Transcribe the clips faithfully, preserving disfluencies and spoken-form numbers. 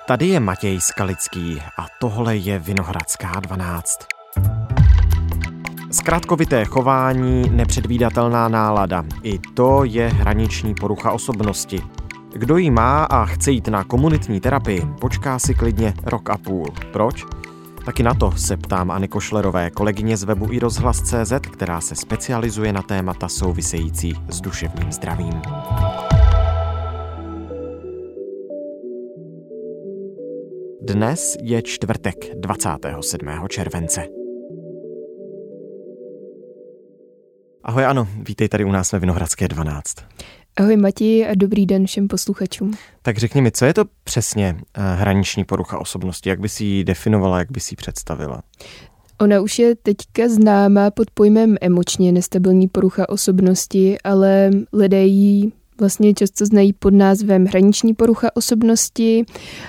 Tady je Matěj Skalický a tohle je Vinohradská dvanáct. Zkratkovité chování, nepředvídatelná nálada. I to je hraniční porucha osobnosti. Kdo ji má a chce jít na komunitní terapii, počká si klidně rok a půl. Proč? Taky na to se ptám Anny Košlerové, kolegyně z webu i rozhlas tečka cé zet, která se specializuje na témata související s duševním zdravím. Dnes je čtvrtek, dvacátého sedmého července. Ahoj Ano, vítej tady u nás ve Vinohradské dvanáct. Ahoj Mati a dobrý den všem posluchačům. Tak řekni mi, co je to přesně hraniční porucha osobnosti? Jak bys ji definovala, jak bys ji představila? Ona už je teďka známá pod pojmem emočně nestabilní porucha osobnosti, ale lidé ji vlastně často znají pod názvem hraniční porucha osobnosti.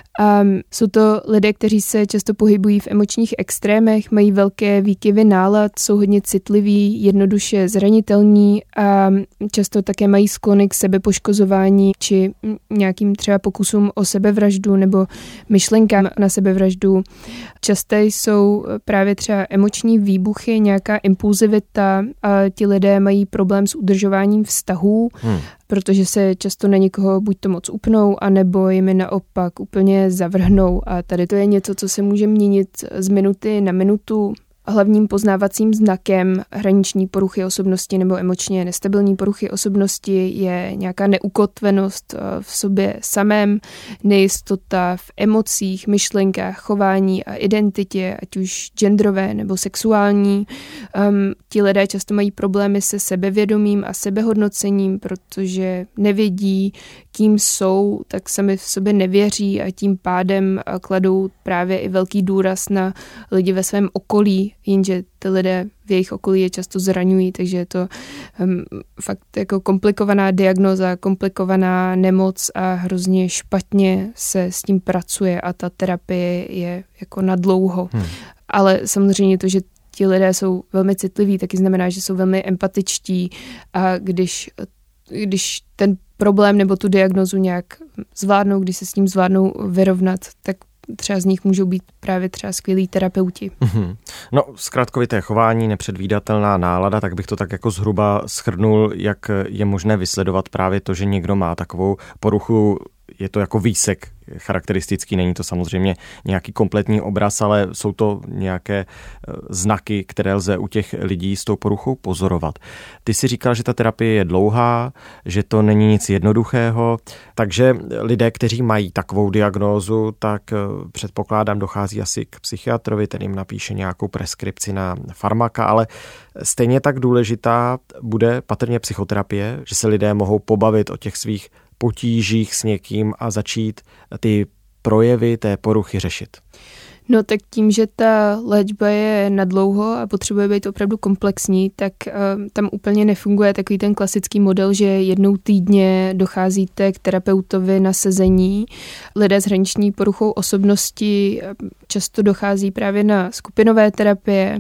A jsou to lidé, kteří se často pohybují v emočních extrémech, mají velké výkyvy nálad, jsou hodně citliví, jednoduše zranitelní a často také mají sklony k sebepoškozování či nějakým třeba pokusům o sebevraždu nebo myšlenkám na sebevraždu. Časté jsou právě třeba emoční výbuchy, nějaká impulzivita a ti lidé mají problém s udržováním vztahů, hmm. protože se často na někoho buď to moc upnou, anebo jim naopak úplně zavrhnou. A tady to je něco, co se může měnit z minuty na minutu. Hlavním poznávacím znakem hraniční poruchy osobnosti nebo emočně nestabilní poruchy osobnosti je nějaká neukotvenost v sobě samém, nejistota v emocích, myšlenkách, chování a identitě, ať už genderové nebo sexuální. Um, ti lidé často mají problémy se sebevědomím a sebehodnocením, protože nevědí, kým jsou, tak sami v sobě nevěří a tím pádem kladou právě i velký důraz na lidi ve svém okolí, jenže ty lidé v jejich okolí je často zraňují, takže je to um, fakt jako komplikovaná diagnóza, komplikovaná nemoc a hrozně špatně se s tím pracuje a ta terapie je jako na dlouho. Hmm. Ale samozřejmě to, že ti lidé jsou velmi citliví, taky znamená, že jsou velmi empatičtí a když, když ten problém nebo tu diagnózu nějak zvládnou, když se s tím zvládnou vyrovnat, tak třeba z nich můžou být právě třeba skvělí terapeuti. Mm-hmm. No, zkratkovité chování, nepředvídatelná nálada, tak bych to tak jako zhruba shrnul, jak je možné vysledovat právě to, že někdo má takovou poruchu. Je to jako výsek charakteristický, není to samozřejmě nějaký kompletní obraz, ale jsou to nějaké znaky, které lze u těch lidí s tou poruchou pozorovat. Ty si říkal, že ta terapie je dlouhá, že to není nic jednoduchého, takže lidé, kteří mají takovou diagnózu, tak předpokládám, dochází asi k psychiatrovi, ten jim napíše nějakou preskripci na farmaka, ale stejně tak důležitá bude patrně psychoterapie, že se lidé mohou pobavit o těch svých potížích s někým a začít ty projevy té poruchy řešit. No tak tím, že ta léčba je nadlouho a potřebuje být opravdu komplexní, tak uh, tam úplně nefunguje takový ten klasický model, že jednou týdně docházíte k terapeutovi na sezení. Lidé s hraniční poruchou osobnosti často dochází právě na skupinové terapie,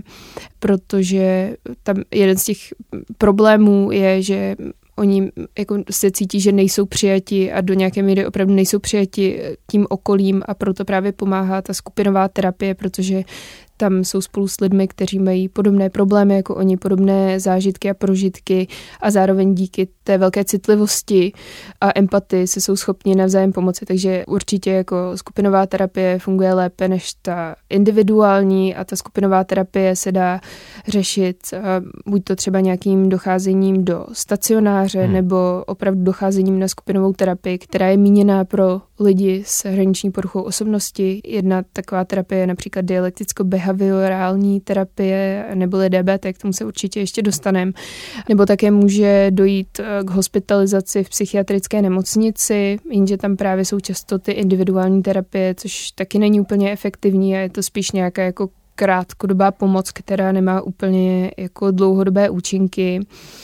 protože tam jeden z těch problémů je, že oni jako se cítí, že nejsou přijati a do nějaké míry opravdu nejsou přijati tím okolím a proto právě pomáhá ta skupinová terapie, protože tam jsou spolu s lidmi, kteří mají podobné problémy jako oni, podobné zážitky a prožitky a zároveň díky té velké citlivosti a empatii se jsou schopni navzájem pomoci. Takže určitě jako skupinová terapie funguje lépe než ta individuální a ta skupinová terapie se dá řešit buď to třeba nějakým docházením do stacionáře hmm. nebo opravdu docházením na skupinovou terapii, která je míněná pro lidi s hraniční poruchou osobnosti. Jedna taková terapie je například dialekticko-behaviorální terapie neboli D B T, k tomu se určitě ještě dostaneme. Nebo také může dojít k hospitalizaci v psychiatrické nemocnici, jenže tam právě jsou často ty individuální terapie, což taky není úplně efektivní a je to spíš nějaká jako krátkodobá pomoc, která nemá úplně jako dlouhodobé účinky.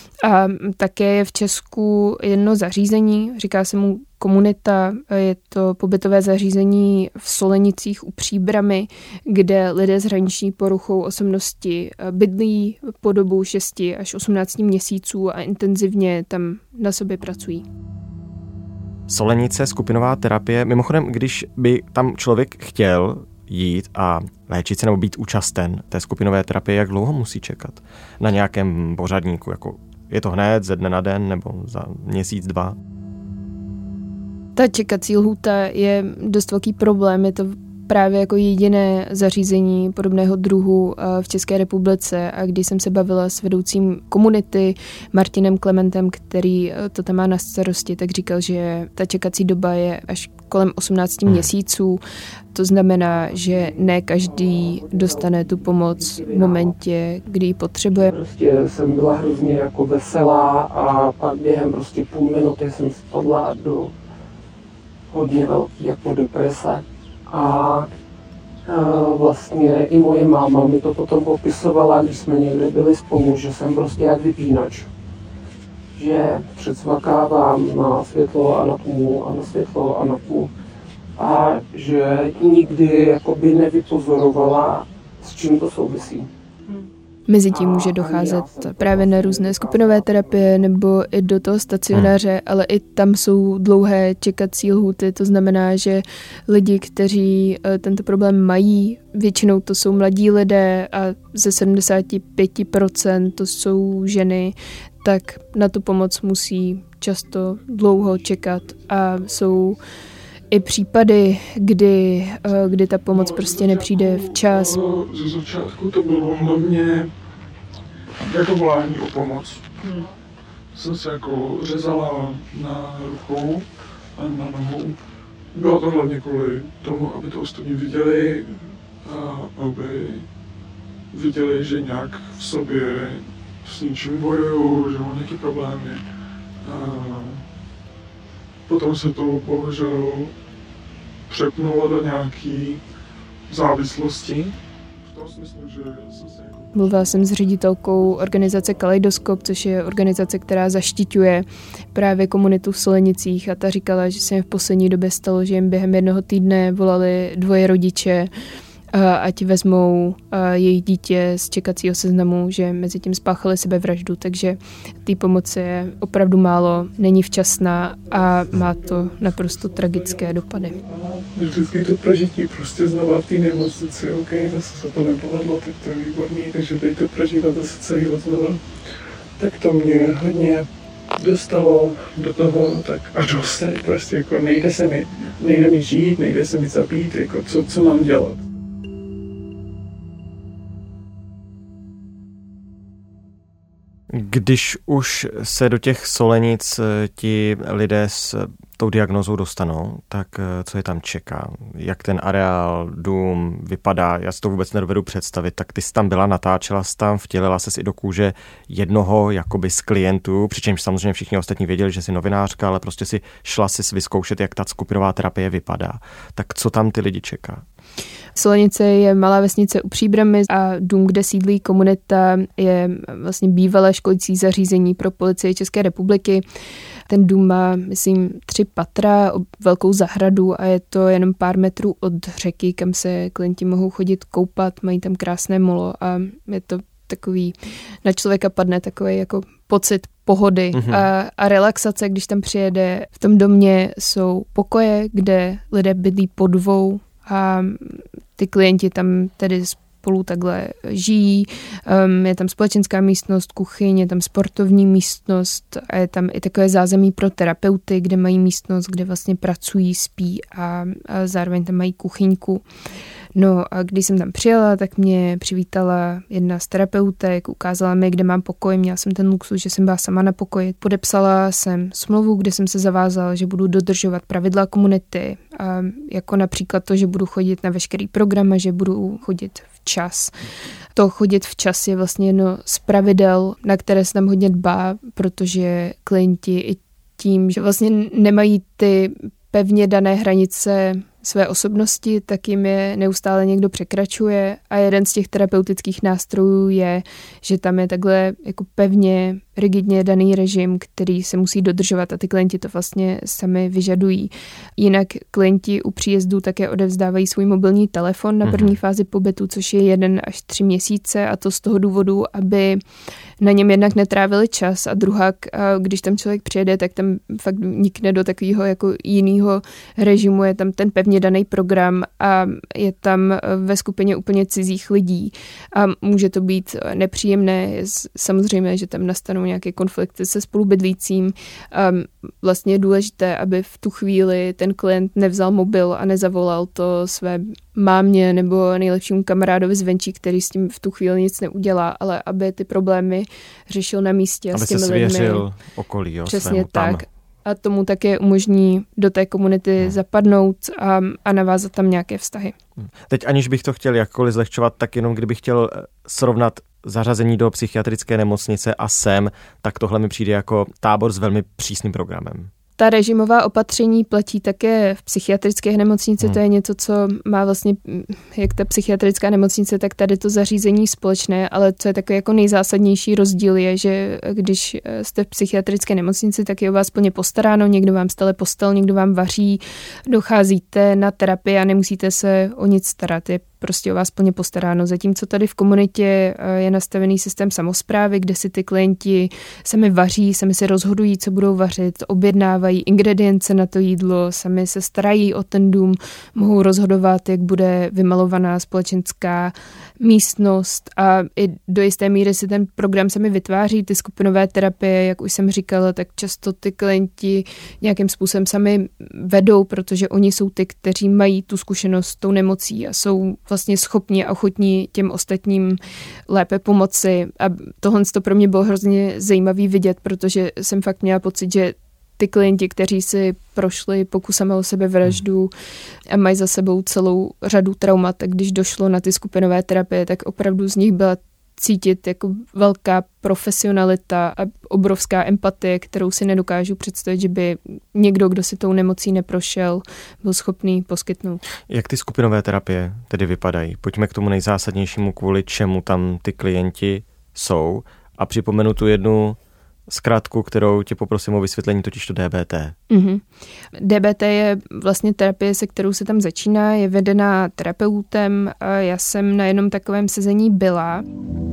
A také je v Česku jedno zařízení, říká se mu Komunita, je to pobytové zařízení v Solenicích u Příbrami, kde lidé s hraniční poruchou osobnosti bydlí po dobu šesti až osmnácti měsíců a intenzivně tam na sobě pracují. Solenice, skupinová terapie. Mimochodem, když by tam člověk chtěl jít a léčit se nebo být účasten té skupinové terapie, jak dlouho musí čekat na nějakém pořadníku? Jako je to hned, ze dne na den nebo za měsíc, dva? Ta čekací lhůta je dost velký problém. Je to právě jako jediné zařízení podobného druhu v České republice. A když jsem se bavila s vedoucím komunity Martinem Klementem, který to tam má na starosti, tak říkal, že ta čekací doba je až kolem osmnáct hmm. měsíců. To znamená, že ne každý dostane tu pomoc v momentě, kdy ji potřebuje. Prostě jsem byla hrozně jako veselá a pak během prostě půl minuty jsem spadla do hodně velký jako deprese. A, a vlastně i moje máma mi to potom popisovala, když jsme někde byli spolu, že jsem prostě jak vypínač. Že předsvakávám na světlo a na tmu a na světlo a na tmu. A že nikdy jakoby nevypozorovala, s čím to souvisí. Mezitím může docházet právě na různé skupinové terapie nebo i do toho stacionáře, ale i tam jsou dlouhé čekací lhůty. To znamená, že lidi, kteří tento problém mají, většinou to jsou mladí lidé a ze sedmdesát pět procent to jsou ženy, tak na tu pomoc musí často dlouho čekat a jsou i případy, kdy, kdy ta pomoc prostě nepřijde včas. Ze začátku to bylo hlavně jako volání o pomoc. Hmm. Jsem se jako řezala na rukou a na nohou. Bylo to hlavně kvůli tomu, aby to ostatní viděli a aby viděli, že nějak v sobě s něčím bojuju, že mám nějaké problémy. A potom se to bohužel přepnulo do nějaký závislosti. V tom smyslu, že jsem se jako... Mluvila jsem s ředitelkou organizace Kaleidoskop, což je organizace, která zaštiťuje právě komunitu v Solenicích, a ta říkala, že se jim v poslední době stalo, že jim během jednoho týdne volali dvoje rodiče, ať vezmou jejich dítě z čekacího seznamu, že mezi tím spáchali sebevraždu, takže té pomoci je opravdu málo, není včasná a má to naprosto tragické dopady. Vždycky to prožití prostě znova v té nemocnici, ok, zase se to nepovedlo, tak to je výborný, takže teď to prožívat zase celý znova. Tak to mě hodně dostalo do toho, tak a dost, prostě jako nejde se mi, nejde mi žít, nejde se mi zabít, jako co, co mám dělat. Když už se do těch Solenic ti lidé s tou diagnózou dostanou, tak co je tam čeká? Jak ten areál, dům vypadá? Já si to vůbec nedovedu představit. Tak ty jsi tam byla, natáčela jsi tam, vtělila ses i do kůže jednoho jakoby z klientů, přičemž samozřejmě všichni ostatní věděli, že jsi novinářka, ale prostě si šla si vyzkoušet, jak ta skupinová terapie vypadá. Tak co tam ty lidi čeká? Solenice je malá vesnice u Příbrami a dům, kde sídlí komunita, je vlastně bývalé školící zařízení pro policii České republiky. Ten dům má, myslím, tři patra, velkou zahradu a je to jenom pár metrů od řeky, kam se klienti mohou chodit koupat, mají tam krásné molo a je to takový, na člověka padne takový jako pocit pohody mm-hmm. a, a relaxace, když tam přijede. V tom domě jsou pokoje, kde lidé bydlí po dvou a ty klienti tam tedy spolu takhle žijí. Um, je tam společenská místnost, kuchyň, je tam sportovní místnost a je tam i takové zázemí pro terapeuty, kde mají místnost, kde vlastně pracují, spí a, a zároveň tam mají kuchyňku. No a když jsem tam přijela, tak mě přivítala jedna z terapeutek, ukázala mi, kde mám pokoj, měla jsem ten luxus, že jsem byla sama na pokoji. Podepsala jsem smlouvu, kde jsem se zavázala, že budu dodržovat pravidla komunity, a jako například to, že budu chodit na veškerý program a že budu chodit včas. To chodit včas je vlastně jedno z pravidel, na které se tam hodně dbá, protože klienti i tím, že vlastně nemají ty pevně dané hranice své osobnosti, tak jim je neustále někdo překračuje a jeden z těch terapeutických nástrojů je, že tam je takhle jako pevně rigidně daný režim, který se musí dodržovat a ty klienti to vlastně sami vyžadují. Jinak klienti u příjezdu také odevzdávají svůj mobilní telefon na první mm-hmm. fázi pobytu, což je jeden až tři měsíce a to z toho důvodu, aby na něm jednak netrávili čas a druhá, když tam člověk přijede, tak tam fakt vnikne do takového jako jiného režimu, je tam ten pevně daný program a je tam ve skupině úplně cizích lidí a může to být nepříjemné, samozřejmě, že tam nastanou nějaké konflikty se spolubydlícím. Vlastně je důležité, aby v tu chvíli ten klient nevzal mobil a nezavolal to své mámě nebo nejlepšímu kamarádovi zvenčí, který s tím v tu chvíli nic neudělá, ale aby ty problémy řešil na místě aby s těmi lidmi. Aby se svěřil okolí, jo, přesně svému tak. tam. A tomu také umožní do té komunity hmm. zapadnout a, a navázat tam nějaké vztahy. Teď aniž bych to chtěl jakkoliv zlehčovat, tak jenom kdybych chtěl srovnat zařazení do psychiatrické nemocnice a sem, tak tohle mi přijde jako tábor s velmi přísným programem. Ta režimová opatření platí také v psychiatrické nemocnici, hmm. to je něco, co má vlastně jak ta psychiatrická nemocnice, tak tady to zařízení společné, ale co je takový jako nejzásadnější rozdíl je, že když jste v psychiatrické nemocnici, tak je o vás plně postaráno, někdo vám stele postel, někdo vám vaří, docházíte na terapii a nemusíte se o nic starat, je prostě o vás plně postaráno. Zatímco tady v komunitě je nastavený systém samosprávy, kde si ty klienti sami vaří, sami se rozhodují, co budou vařit, objednávají ingredience na to jídlo, sami se starají o ten dům, mohou rozhodovat, jak bude vymalovaná společenská místnost a i do jisté míry si ten program sami vytváří, ty skupinové terapie, jak už jsem říkala, tak často ty klienti nějakým způsobem sami vedou, protože oni jsou ty, kteří mají tu zkušenost s tou nemocí a jsou vlastně schopni a ochotní těm ostatním lépe pomoci. A tohle to pro mě bylo hrozně zajímavý vidět, protože jsem fakt měla pocit, že ty klienti, kteří si prošli pokusem o sebevraždu a mají za sebou celou řadu traumat, tak když došlo na ty skupinové terapie, tak opravdu z nich byla cítit jako velká profesionalita a obrovská empatie, kterou si nedokážu představit, že by někdo, kdo si tou nemocí neprošel, byl schopný poskytnout. Jak ty skupinové terapie tedy vypadají? Pojďme k tomu nejzásadnějšímu, kvůli čemu tam ty klienti jsou. A připomenu tu jednu zkrátku, kterou tě poprosím o vysvětlení, totiž to D B T. Mm-hmm. D B T je vlastně terapie, se kterou se tam začíná, je vedená terapeutem. Já jsem na jednom takovém sezení byla.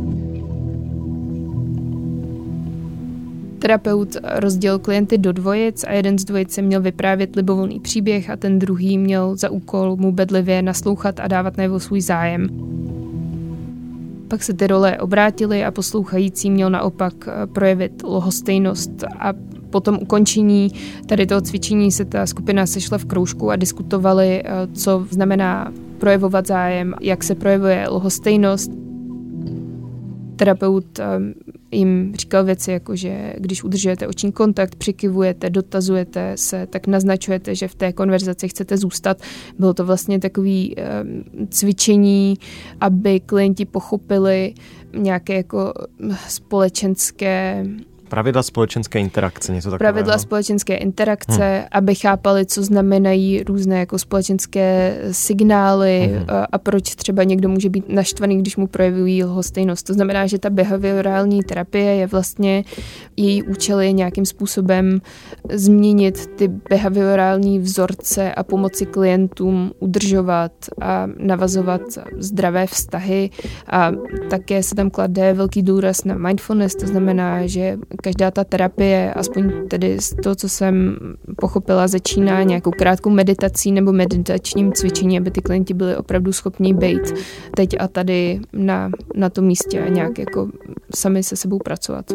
Terapeut rozdělil klienty do dvojic a jeden z dvojic se měl vyprávět libovolný příběh a ten druhý měl za úkol mu bedlivě naslouchat a dávat najevo svůj zájem. Pak se ty role obrátily a poslouchající měl naopak projevit lhostejnost a po tom ukončení tady toho cvičení se ta skupina sešla v kroužku a diskutovali, co znamená projevovat zájem, jak se projevuje lhostejnost. Terapeut jim říkal věci jako, že když udržujete oční kontakt, přikyvujete, dotazujete se, tak naznačujete, že v té konverzaci chcete zůstat. Bylo to vlastně takové cvičení, aby klienti pochopili nějaké jako společenské pravidla společenské interakce, něco takového. Pravidla společenské interakce, hmm. aby chápali, co znamenají různé jako společenské signály hmm. a, a proč třeba někdo může být naštvaný, když mu projevují lhostejnost. To znamená, že ta behaviorální terapie je vlastně, její účel je nějakým způsobem změnit ty behaviorální vzorce a pomoci klientům udržovat a navazovat zdravé vztahy a také se tam klade velký důraz na mindfulness, to znamená, že každá ta terapie, aspoň tedy z toho, co jsem pochopila, začíná nějakou krátkou meditací nebo meditačním cvičením, aby ty klienti byli opravdu schopni být teď a tady na, na tom místě a nějak jako sami se sebou pracovat.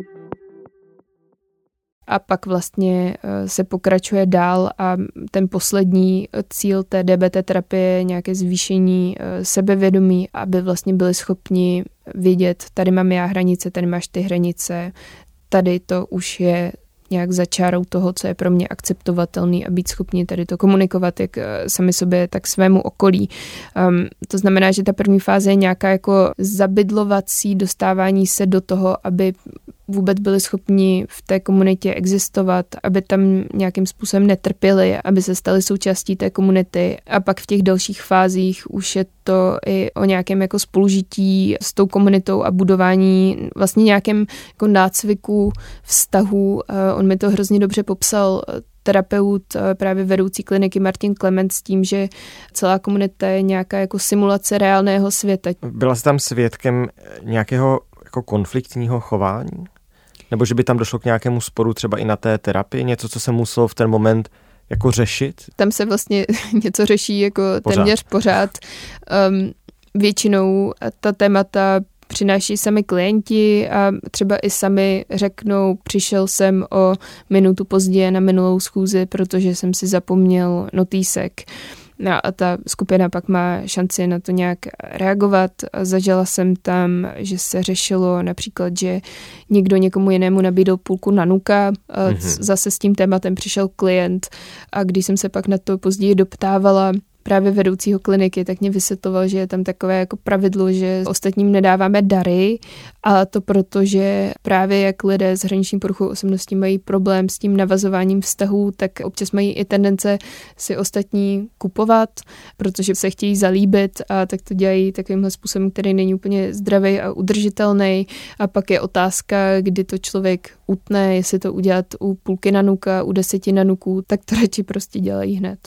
A pak vlastně se pokračuje dál a ten poslední cíl té D B T terapie je nějaké zvýšení sebevědomí, aby vlastně byli schopni vidět, tady mám já hranice, tady máš ty hranice, tady to už je nějak za čárou toho, co je pro mě akceptovatelný a být schopni tady to komunikovat jak sami sobě, tak svému okolí. Um, to znamená, že ta první fáze je nějaká jako zabydlovací dostávání se do toho, aby vůbec byli schopni v té komunitě existovat, aby tam nějakým způsobem netrpěli, aby se stali součástí té komunity. A pak v těch dalších fázích už je to i o nějakém jako spolužití s tou komunitou a budování vlastně nějakém jako nácviku vztahu. On mi to hrozně dobře popsal, terapeut, právě vedoucí kliniky Martin Klement, s tím, že celá komunita je nějaká jako simulace reálného světa. Byla jsi tam svědkem nějakého jako konfliktního chování? Nebo že by tam došlo k nějakému sporu třeba i na té terapii? Něco, co se muselo v ten moment jako řešit? Tam se vlastně něco řeší jako pořád. téměř pořád. Um, většinou ta témata přináší sami klienti a třeba i sami řeknou, přišel jsem o minutu později na minulou schůzi, protože jsem si zapomněl notýsek. No a ta skupina pak má šanci na to nějak reagovat. Zažila jsem tam, že se řešilo například, že někdo někomu jinému nabídl půlku nanuka. Mm-hmm. Zase s tím tématem přišel klient a když jsem se pak na to později doptávala právě vedoucího kliniky, tak mě vysvětloval, že je tam takové jako pravidlo, že ostatním nedáváme dary, a to proto, že právě jak lidé s hraniční poruchou osobnosti mají problém s tím navazováním vztahů, tak občas mají i tendence si ostatní kupovat, protože se chtějí zalíbit a tak to dělají takovýmhle způsobem, který není úplně zdravý a udržitelný. A pak je otázka, kdy to člověk utne, jestli to udělat u půlky nanuka, u deseti nanuků, tak to radši prostě dělají hned.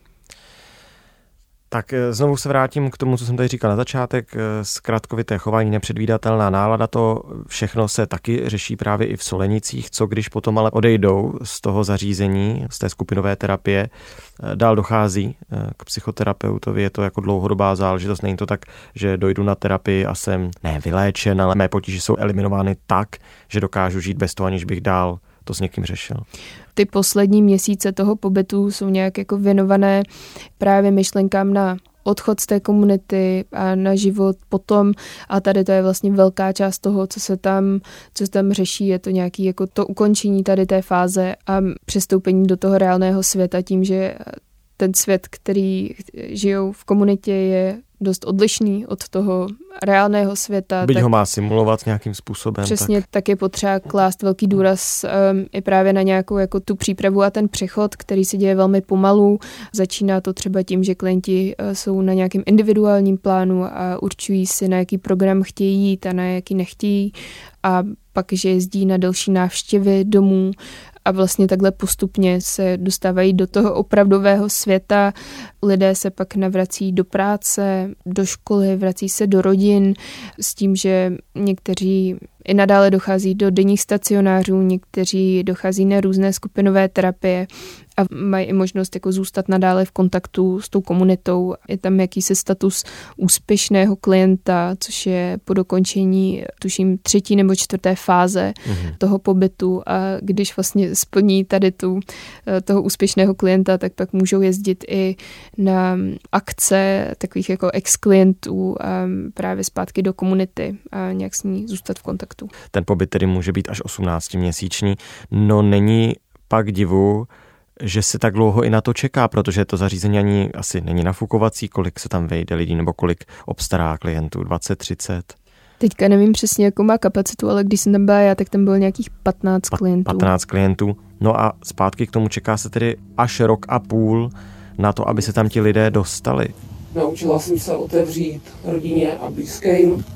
Tak znovu se vrátím k tomu, co jsem tady říkal na začátek. Zkratkovité chování, nepředvídatelná nálada, to všechno se taky řeší právě i v Solenicích. Co když potom ale odejdou z toho zařízení, z té skupinové terapie, dál dochází k psychoterapeutovi, je to jako dlouhodobá záležitost. Není to tak, že dojdu na terapii a jsem ne vyléčen, ale mé potíže jsou eliminovány tak, že dokážu žít bez toho, aniž bych dál to s někým řešil. Ty poslední měsíce toho pobytu jsou nějak jako věnované právě myšlenkám na odchod z té komunity a na život potom, a tady to je vlastně velká část toho, co se tam, co se tam řeší, je to nějaký jako to ukončení tady té fáze a přestoupení do toho reálného světa tím, že ten svět, který žijou v komunitě, je dost odlišný od toho reálného světa. Byť tak ho má simulovat nějakým způsobem. Přesně, tak, tak je potřeba klást velký důraz um, i právě na nějakou jako tu přípravu a ten přechod, který se děje velmi pomalu. Začíná to třeba tím, že klienti uh, jsou na nějakém individuálním plánu a určují si, na jaký program chtějí jít a na jaký nechtějí, a pak, že jezdí na další návštěvy domů a vlastně takhle postupně se dostávají do toho opravdového světa. Lidé se pak navrací do práce, do školy, vrací se do rodin s tím, že někteří i nadále dochází do denních stacionářů, někteří dochází na různé skupinové terapie a mají i možnost jako zůstat nadále v kontaktu s tou komunitou. Je tam jakýsi status úspěšného klienta, což je po dokončení, tuším, třetí nebo čtvrté fáze mm-hmm. toho pobytu, a když vlastně splní tady tu, toho úspěšného klienta, tak pak můžou jezdit i na akce takových jako ex-klientů a právě zpátky do komunity a nějak s ní zůstat v kontaktu. Ten pobyt tedy může být až osmnáctiměsíční, no není pak divu, že se tak dlouho i na to čeká, protože to zařízení ani asi není nafukovací, kolik se tam vejde lidí, nebo kolik obstará klientů, dvacet, třicet. Teďka nevím přesně, jakou má kapacitu, ale když jsem tam byla já, tak tam bylo nějakých patnáct pa- klientů. patnáct klientů. No a zpátky k tomu čeká se tedy až rok a půl na to, aby se tam ti lidé dostali. Naučila jsem se otevřít rodině a blízkým,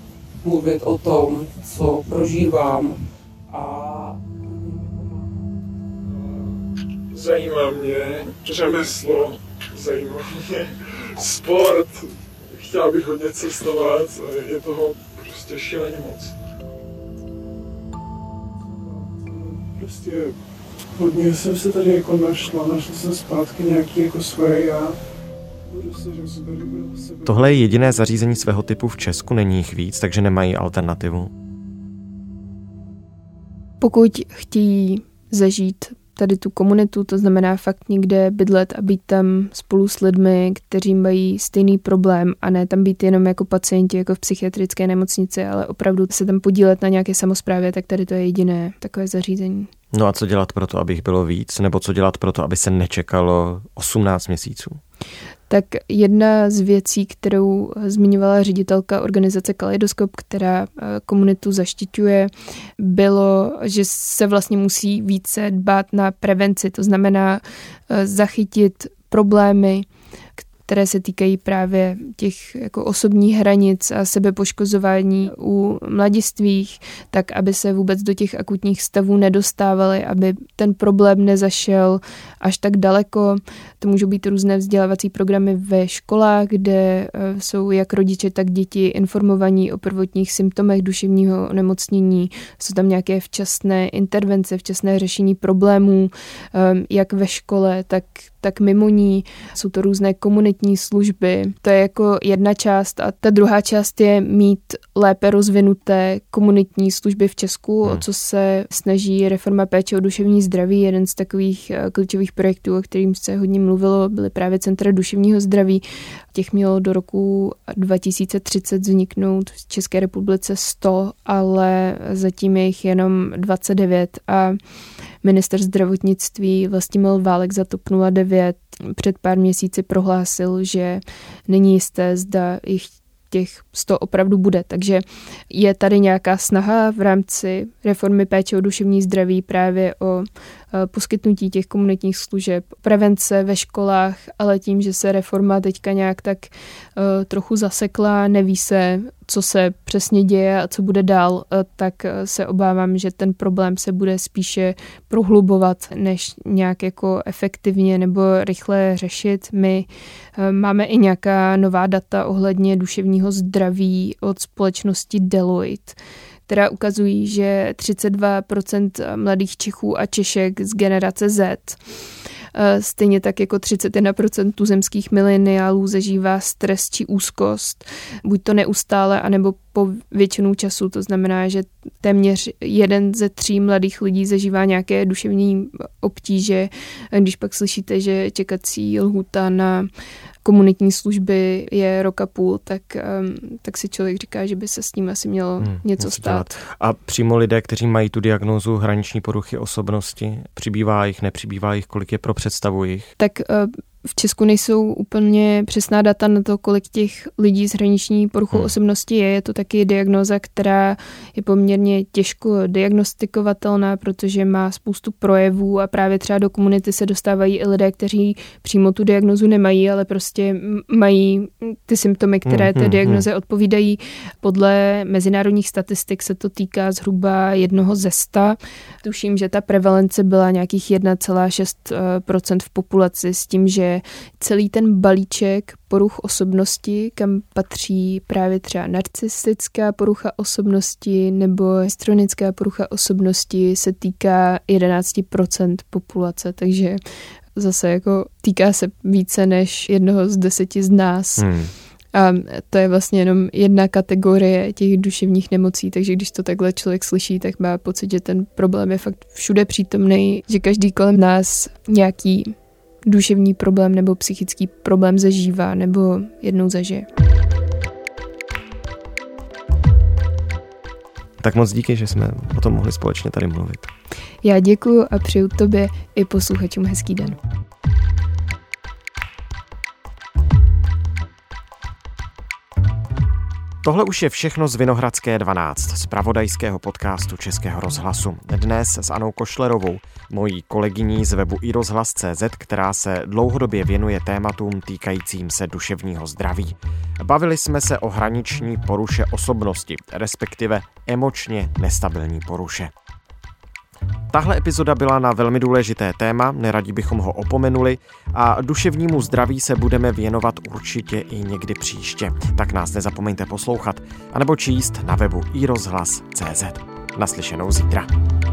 mluvit o tom, co prožívám, a zajímá mě řemeslo, zajímá mě sport, chtěl bych hodně cestovat, je toho prostě šíleně moc. Prostě hodně jsem se tady jako našla, našla jsem zpátky nějaký jako svoje já. Tohle je jediné zařízení svého typu v Česku, není jich víc, takže nemají alternativu. Pokud chtějí zažít tady tu komunitu, to znamená fakt někde bydlet a být tam spolu s lidmi, kteří mají stejný problém, a ne tam být jenom jako pacienti, jako v psychiatrické nemocnici, ale opravdu se tam podílet na nějaké samosprávě, tak tady to je jediné takové zařízení. No a co dělat pro to, aby jich bylo víc? Nebo co dělat pro to, aby se nečekalo osmnáct měsíců? tak jedna z věcí, kterou zmiňovala ředitelka organizace Kaleidoskop, která komunitu zaštiťuje, bylo, že se vlastně musí více dbát na prevenci, to znamená zachytit problémy, které se týkají právě těch jako osobních hranic a sebepoškozování u mladistvých, tak aby se vůbec do těch akutních stavů nedostávali, aby ten problém nezašel až tak daleko. To můžou být různé vzdělávací programy ve školách, kde jsou jak rodiče, tak děti informovaní o prvotních symptomech duševního onemocnění. Jsou tam nějaké včasné intervence, včasné řešení problémů, jak ve škole, tak, tak mimo ní. Jsou to různé komunitní služby. To je jako jedna část a ta druhá část je mít lépe rozvinuté komunitní služby v Česku, hmm. o co se snaží reforma péče o duševní zdraví. Jeden z takových klíčových projektů, o kterým se hodně mluvilo, byly právě centra duševního zdraví. Těch mělo do roku dva tisíce třicet vzniknout v České republice sto, ale zatím je jich jenom dvacet devět a ministr zdravotnictví Vlastimil Válek za TOP nula devět před pár měsíci prohlásil, že není jisté, zda jich těch sto opravdu bude. Takže je tady nějaká snaha v rámci reformy péče o duševní zdraví právě o poskytnutí těch komunitních služeb, prevence ve školách, ale tím, že se reforma teďka nějak tak uh, trochu zasekla, neví se, co se přesně děje a co bude dál, uh, tak se obávám, že ten problém se bude spíše prohlubovat, než nějak jako efektivně nebo rychle řešit. My uh, máme i nějaká nová data ohledně duševního zdraví od společnosti Deloitte, která ukazují, že třicet dva procent mladých Čechů a Češek z generace Z, stejně tak jako třicet jedna procent tuzemských mileniálů zažívá stres či úzkost, buď to neustále, anebo po většinu času. To znamená, že téměř jeden ze tří mladých lidí zažívá nějaké duševní obtíže. Když pak slyšíte, že čekací lhůta na komunitní služby je rok a půl, tak, tak si člověk říká, že by se s tím asi mělo hmm, něco stát. Dělat. A přímo lidé, kteří mají tu diagnózu hraniční poruchy osobnosti, přibývá jich, nepřibývá jich, kolik je pro představu jich? Tak v Česku nejsou úplně přesná data na to, kolik těch lidí s hraniční poruchou hmm. osobnosti je. Je to taky diagnóza, která je poměrně těžko diagnostikovatelná, protože má spoustu projevů a právě třeba do komunity se dostávají i lidé, kteří přímo tu diagnózu nemají, ale prostě mají ty symptomy, které té diagnoze odpovídají. Podle mezinárodních statistik se to týká zhruba jednoho ze sta. Tuším, že ta prevalence byla nějakých jedna celá šest procenta v populaci s tím, že celý ten balíček poruch osobnosti, kam patří právě třeba narcistická porucha osobnosti nebo histrionická porucha osobnosti, se týká jedenáct procent populace, takže zase jako týká se více než jednoho z deseti z nás. Hmm. A to je vlastně jenom jedna kategorie těch duševních nemocí, takže když to takhle člověk slyší, tak má pocit, že ten problém je fakt všude přítomný, že každý kolem nás nějaký duševní problém nebo psychický problém zažívá nebo jednou zažije. Tak moc díky, že jsme o tom mohli společně tady mluvit. Já děkuju a přeju tobě i posluchačům hezký den. Tohle už je všechno z Vinohradské dvanáct, z zpravodajského podcastu Českého rozhlasu. Dnes s Anou Košlerovou, mojí kolegyní z webu i rozhlas tečka cé zet, která se dlouhodobě věnuje tématům týkajícím se duševního zdraví. Bavili jsme se o hraniční poruše osobnosti, respektive emočně nestabilní poruše. Tahle epizoda byla na velmi důležité téma, neradi bychom ho opomenuli a duševnímu zdraví se budeme věnovat určitě i někdy příště. Tak nás nezapomeňte poslouchat, anebo číst na webu i rozhlas tečka cé zet. Naslyšenou zítra.